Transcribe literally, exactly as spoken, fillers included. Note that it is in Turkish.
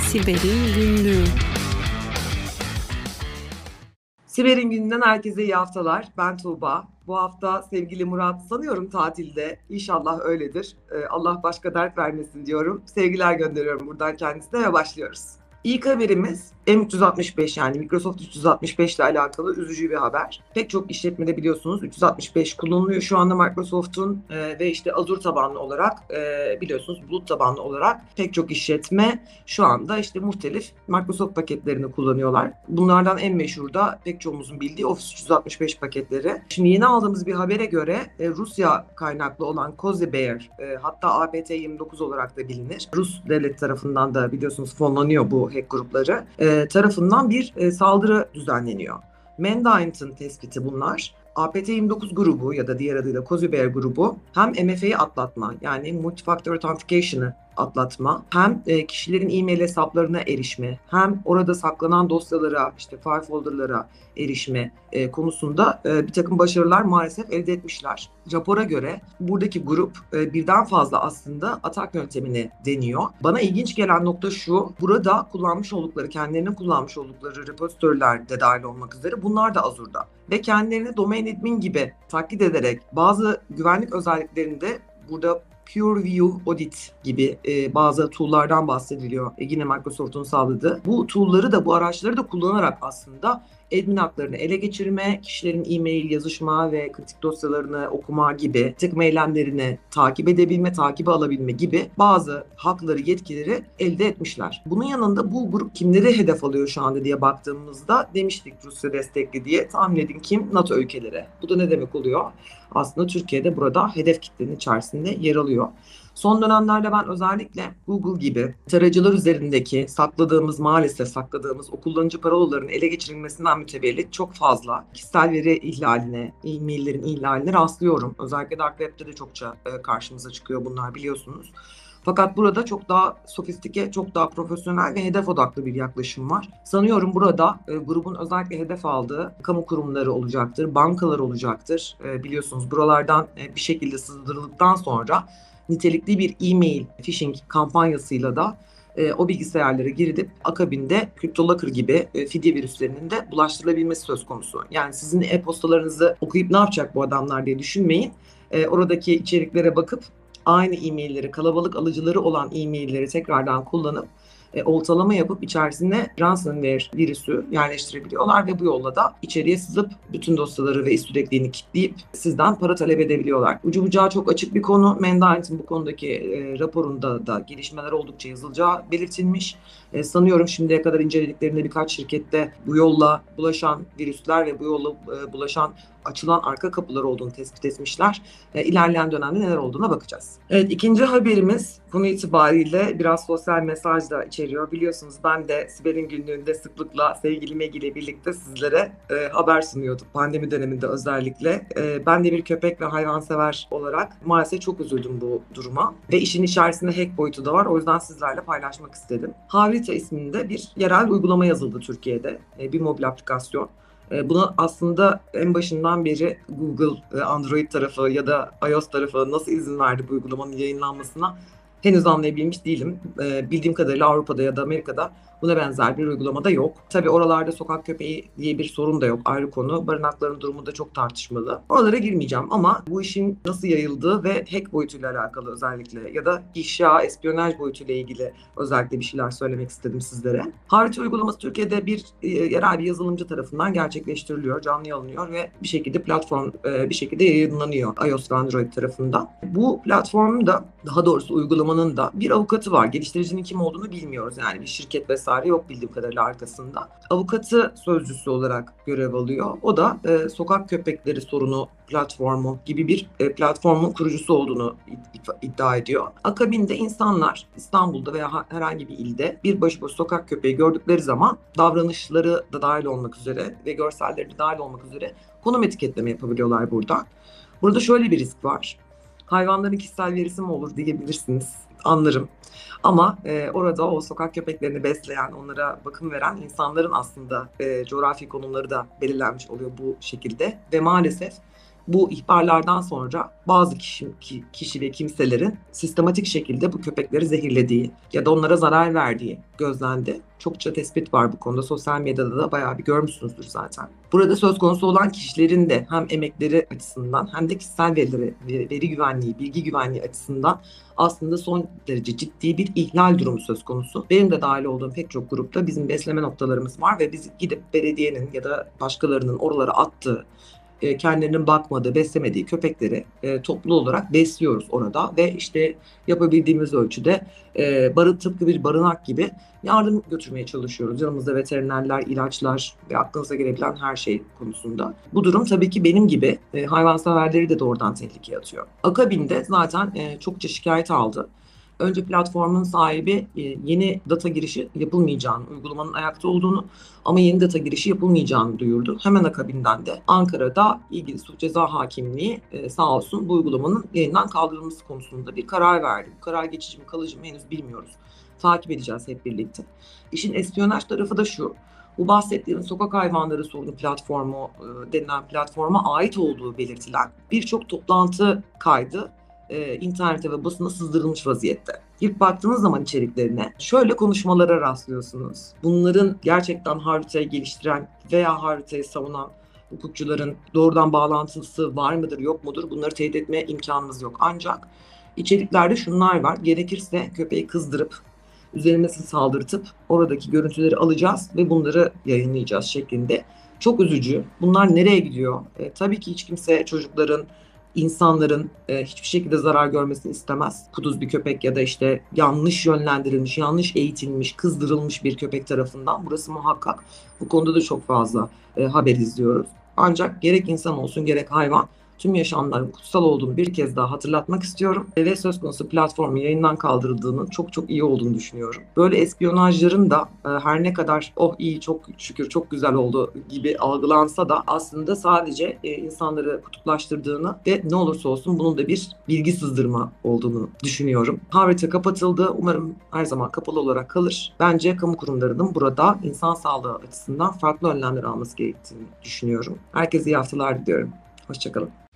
Siber'in Günlüğü. Siber'in Günü'nden herkese iyi haftalar. Ben Tuğba. Bu hafta sevgili Murat sanıyorum tatilde. İnşallah öyledir. Ee, Allah başka dert vermesin diyorum. Sevgiler gönderiyorum buradan kendisine ve başlıyoruz. İlk haberimiz M üç yüz altmış beş, yani Microsoft üç yüz altmış beş ile alakalı üzücü bir haber. Pek çok işletmede biliyorsunuz üç yüz altmış beş kullanılıyor şu anda Microsoft'un e, ve işte Azure tabanlı olarak e, biliyorsunuz bulut tabanlı olarak pek çok işletme şu anda işte muhtelif Microsoft paketlerini kullanıyorlar. Bunlardan en meşhur da pek çoğumuzun bildiği Office üç yüz altmış beş paketleri. Şimdi yeni aldığımız bir habere göre e, Rusya kaynaklı olan Cozy Bear, e, hatta A P T yirmi dokuz olarak da bilinir. Rus devlet tarafından da biliyorsunuz fonlanıyor bu hack grupları. E, tarafından bir e, saldırı düzenleniyor. Mandiant'ın tespiti bunlar. A P T yirmi dokuz grubu ya da diğer adıyla Cozy Bear grubu hem M F A'yı atlatma, yani Multi-Factor Authentication'ı atlatma, hem e, kişilerin e-mail hesaplarına erişme, hem orada saklanan dosyalara, işte file folderlara erişme e, konusunda e, bir takım başarılar maalesef elde etmişler. Rapora göre buradaki grup e, birden fazla aslında atak yöntemini deniyor. Bana ilginç gelen nokta şu: burada kullanmış oldukları, kendilerinin kullanmış oldukları repozitörler de dahil olmak üzere bunlar da Azure'da. Ve kendilerini domain admin gibi taklit ederek bazı güvenlik özelliklerini de burada PureView Audit gibi e, bazı tool'lardan bahsediliyor. E, yine Microsoft'un sağladığı. Bu tool'ları da, bu araçları da kullanarak aslında admin haklarını ele geçirme, kişilerin e-mail, yazışma ve kritik dosyalarını okuma gibi, tıkma eylemlerini takip edebilme, takibe alabilme gibi bazı hakları, yetkileri elde etmişler. Bunun yanında bu grup kimleri hedef alıyor şu anda diye baktığımızda demiştik Rusya destekli diye. Tahmin edin kim? NATO ülkeleri. Bu da ne demek oluyor? Aslında Türkiye'de burada hedef kitlenin içerisinde yer alıyor. Son dönemlerde ben özellikle Google gibi tarayıcılar üzerindeki sakladığımız, maalesef sakladığımız o kullanıcı parolalarının ele geçirilmesinden mütevellit çok fazla kişisel veri ihlaline, e-maillerin ihlaline rastlıyorum. Özellikle Dark Web'de de çokça karşımıza çıkıyor bunlar, biliyorsunuz. Fakat burada çok daha sofistike, çok daha profesyonel ve hedef odaklı bir yaklaşım var. Sanıyorum burada e, grubun özellikle hedef aldığı kamu kurumları olacaktır, bankalar olacaktır. E, biliyorsunuz buralardan e, bir şekilde sızdırıldıktan sonra nitelikli bir e-mail phishing kampanyasıyla da e, o bilgisayarlara girilip akabinde CryptoLocker gibi e, fidye virüslerinin de bulaştırılabilmesi söz konusu. Yani sizin e-postalarınızı okuyup ne yapacak bu adamlar diye düşünmeyin. E, oradaki içeriklere bakıp aynı e-mailleri, kalabalık alıcıları olan e-mailleri tekrardan kullanıp e, oltalama yapıp içerisine ransomware virüsü yerleştirebiliyorlar ve bu yolla da içeriye sızıp bütün dosyaları ve sürekliliğini kilitleyip sizden para talep edebiliyorlar. Ucu bucağı çok açık bir konu. Mandiant'ın bu konudaki e, raporunda da gelişmeler oldukça yazılacağı belirtilmiş. E, sanıyorum şimdiye kadar incelediklerinde birkaç şirkette bu yolla bulaşan virüsler ve bu yolla e, bulaşan açılan arka kapılar olduğunu tespit etmişler. E, ilerleyen dönemde neler olduğuna bakacağız. Evet, ikinci haberimiz konu itibariyle biraz sosyal mesaj da içeriyor. Biliyorsunuz ben de Siber'in Günlüğü'nde sıklıkla sevgili Meg ile birlikte sizlere e, haber sunuyordum. Pandemi döneminde özellikle. E, ben de bir köpek ve hayvansever olarak maalesef çok üzüldüm bu duruma. Ve işin içerisinde hack boyutu da var. O yüzden sizlerle paylaşmak istedim. Havrita isminde bir yerel uygulama yazıldı Türkiye'de. E, bir mobil aplikasyon. Buna aslında en başından beri Google, Android tarafı ya da iOS tarafı nasıl izin verdi bu uygulamanın yayınlanmasına henüz anlayabilmiş değilim. Bildiğim kadarıyla Avrupa'da ya da Amerika'da buna benzer bir uygulamada yok. Tabii oralarda sokak köpeği diye bir sorun da yok, ayrı konu. Barınakların durumu da çok tartışmalı. Oralara girmeyeceğim ama bu işin nasıl yayıldığı ve hack boyutuyla alakalı özellikle ya da ifşa, espiyonaj boyutuyla ilgili özellikle bir şeyler söylemek istedim sizlere. Harita uygulaması Türkiye'de bir e, yerel bir yazılımcı tarafından gerçekleştiriliyor, canlı alınıyor ve bir şekilde platform e, bir şekilde yayınlanıyor iOS ve Android tarafından. Bu platformun da, daha doğrusu uygulamanın da bir avukatı var. Geliştiricinin kim olduğunu bilmiyoruz, yani bir şirket vesaire yok bildiğim kadarıyla arkasında. Avukatı sözcüsü olarak görev alıyor. O da e, sokak köpekleri sorunu platformu gibi bir e, platformun kurucusu olduğunu iddia ediyor. Akabinde insanlar İstanbul'da veya herhangi bir ilde bir başıboş sokak köpeği gördükleri zaman davranışları da dahil olmak üzere ve görselleri de dahil olmak üzere konum etiketleme yapabiliyorlar burada. Burada şöyle bir risk var. Hayvanların kişisel verisi mi olur diyebilirsiniz. Anlarım. Ama e, orada o sokak köpeklerini besleyen, onlara bakım veren insanların aslında e, coğrafi konumları da belirlenmiş oluyor bu şekilde. Ve maalesef Bu ihbarlardan sonra bazı kişi, kişi ve kimselerin sistematik şekilde bu köpekleri zehirlediği ya da onlara zarar verdiği gözlendi. Çokça tespit var bu konuda. Sosyal medyada da bayağı bir görmüşsünüzdür zaten. Burada söz konusu olan kişilerin de hem emekleri açısından hem de kişisel verileri, veri güvenliği, bilgi güvenliği açısından aslında son derece ciddi bir ihlal durumu söz konusu. Benim de dahil olduğum pek çok grupta bizim besleme noktalarımız var ve biz gidip belediyenin ya da başkalarının oralara attığı, kendilerinin bakmadığı, beslemediği köpekleri e, toplu olarak besliyoruz orada ve işte yapabildiğimiz ölçüde e, barı, tıpkı bir barınak gibi yardım götürmeye çalışıyoruz. Yanımızda veterinerler, ilaçlar ve aklınıza gelebilen her şey konusunda. Bu durum tabii ki benim gibi e, hayvanseverleri de doğrudan tehlikeye atıyor. Akabinde zaten e, çokça şikayet aldı. Önce platformun sahibi e, yeni data girişi yapılmayacağını, uygulamanın ayakta olduğunu ama yeni data girişi yapılmayacağını duyurdu. Hemen akabinden de Ankara'da ilgili suç ceza hakimliği e, sağ olsun bu uygulamanın yayından kaldırılması konusunda bir karar verdi. Bu karar geçici mi kalıcı mı henüz bilmiyoruz. Takip edeceğiz hep birlikte. İşin espiyonaj tarafı da şu. Bu bahsettiğim sokak hayvanları sorunu platformu e, denilen platforma ait olduğu belirtilen birçok toplantı kaydı e, internete ve basına sızdırılmış vaziyette. Girip baktığınız zaman içeriklerine şöyle konuşmalara rastlıyorsunuz. Bunların gerçekten haritayı geliştiren veya haritayı savunan hukukçuların doğrudan bağlantısı var mıdır yok mudur bunları teyit etmeye imkanımız yok. Ancak içeriklerde şunlar var. Gerekirse köpeği kızdırıp üzerine saldırtıp oradaki görüntüleri alacağız ve bunları yayınlayacağız şeklinde. Çok üzücü. Bunlar nereye gidiyor? E, tabii ki hiç kimse çocukların, insanların e, hiçbir şekilde zarar görmesini istemez. Kuduz bir köpek ya da işte yanlış yönlendirilmiş, yanlış eğitilmiş, kızdırılmış bir köpek tarafından. Burası muhakkak. Bu konuda da çok fazla e, haber izliyoruz. Ancak gerek insan olsun gerek hayvan tüm yaşamların kutsal olduğunu bir kez daha hatırlatmak istiyorum. Ve söz konusu platformun yayından kaldırıldığının çok çok iyi olduğunu düşünüyorum. Böyle espiyonajların da e, her ne kadar oh iyi çok şükür çok güzel oldu gibi algılansa da aslında sadece e, insanları kutuplaştırdığını ve ne olursa olsun bunun da bir bilgi sızdırma olduğunu düşünüyorum. Harita kapatıldı. Umarım her zaman kapalı olarak kalır. Bence kamu kurumlarının burada insan sağlığı açısından farklı önlemler alması gerektiğini düşünüyorum. Herkese iyi haftalar diliyorum. Hoşçakalın.